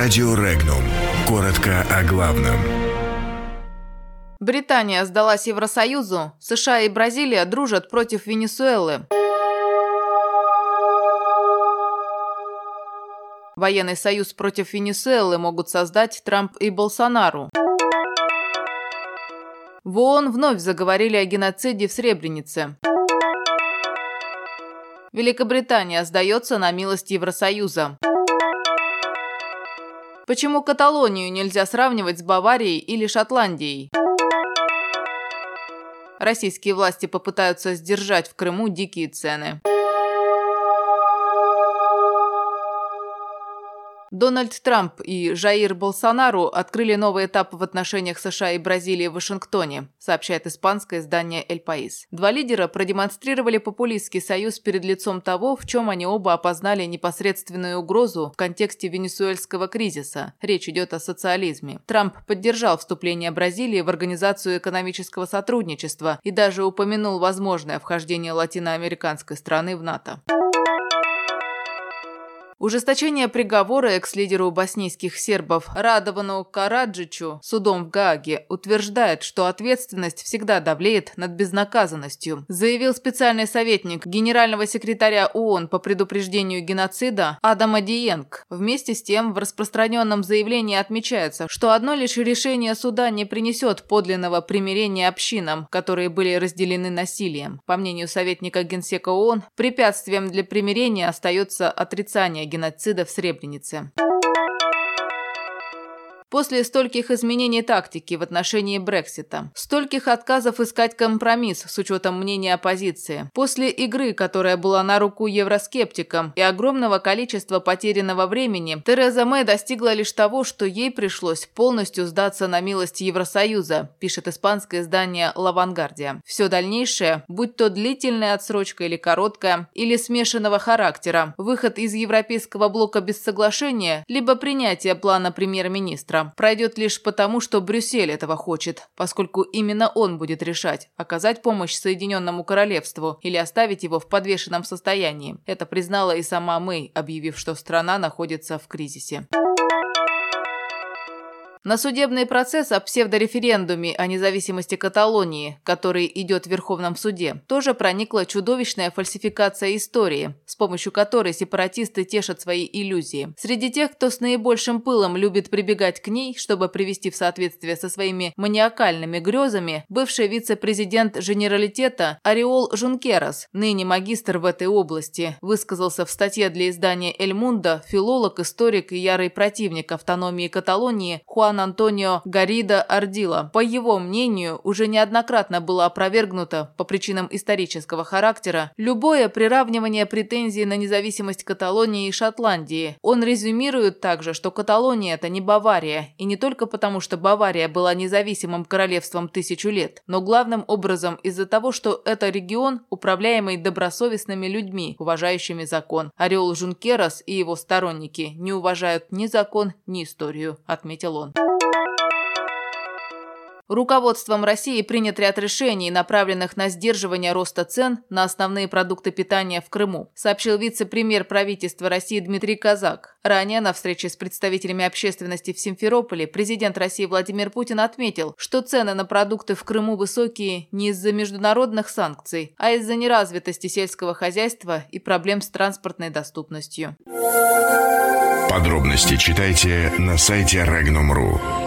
Радио Регнум. Коротко о главном. Британия сдалась Евросоюзу, США и Бразилия дружат против Венесуэлы. Военный союз против Венесуэлы могут создать Трамп и Болсонару. В ООН вновь заговорили о геноциде в Сребренице. Великобритания сдается на милость Евросоюза. Почему Каталонию нельзя сравнивать с Баварией или Шотландией? Российские власти попытаются сдержать в Крыму дикие цены. Дональд Трамп и Жаир Болсонару открыли новый этап в отношениях США и Бразилии в Вашингтоне, сообщает испанское издание «Эль Паис». Два лидера продемонстрировали популистский союз перед лицом того, в чем они оба опознали непосредственную угрозу в контексте венесуэльского кризиса. Речь идет о социализме. Трамп поддержал вступление Бразилии в Организацию экономического сотрудничества и даже упомянул возможное вхождение латиноамериканской страны в НАТО. Ужесточение приговора экс-лидеру боснийских сербов Радовану Караджичу судом в Гааге утверждает, что ответственность всегда давлеет над безнаказанностью, заявил специальный советник генерального секретаря ООН по предупреждению геноцида Адам Одиенг. Вместе с тем, в распространенном заявлении отмечается, что одно лишь решение суда не принесет подлинного примирения общинам, которые были разделены насилием. По мнению советника Генсека ООН, препятствием для примирения остается отрицание геноцида в Сребренице. После стольких изменений тактики в отношении Брексита, стольких отказов искать компромисс с учетом мнения оппозиции, после игры, которая была на руку евроскептикам, и огромного количества потерянного времени, Тереза Мэй достигла лишь того, что ей пришлось полностью сдаться на милость Евросоюза, пишет испанское издание «Ла Вангардия». Все дальнейшее, будь то длительная отсрочка или короткая, или смешанного характера, выход из европейского блока без соглашения, либо принятие плана премьер-министра, пройдет лишь потому, что Брюссель этого хочет, поскольку именно он будет решать, оказать помощь Соединенному Королевству или оставить его в подвешенном состоянии. Это признала и сама Мэй, объявив, что страна находится в кризисе. На судебный процесс о псевдореферендуме о независимости Каталонии, который идет в Верховном суде, тоже проникла чудовищная фальсификация истории, с помощью которой сепаратисты тешат свои иллюзии. Среди тех, кто с наибольшим пылом любит прибегать к ней, чтобы привести в соответствие со своими маниакальными грезами, бывший вице-президент Женералитета Ориол Жункерас, ныне магистр в этой области, высказался в статье для издания «Эль Мундо» филолог, историк и ярый противник автономии Каталонии Хуан Антонио Гаррида Ардила. По его мнению, уже неоднократно было опровергнуто по причинам исторического характера любое приравнивание претензий на независимость Каталонии и Шотландии. Он резюмирует также, что Каталония – это не Бавария, и не только потому, что Бавария была независимым королевством 1000 лет, но главным образом из-за того, что это регион, управляемый добросовестными людьми, уважающими закон. Ориол Жункерас и его сторонники не уважают ни закон, ни историю, отметил он. Руководством России принят ряд решений, направленных на сдерживание роста цен на основные продукты питания в Крыму, сообщил вице-премьер правительства России Дмитрий Казак. Ранее на встрече с представителями общественности в Симферополе президент России Владимир Путин отметил, что цены на продукты в Крыму высокие не из-за международных санкций, а из-за неразвитости сельского хозяйства и проблем с транспортной доступностью. Подробности читайте на сайте Regnum.ru.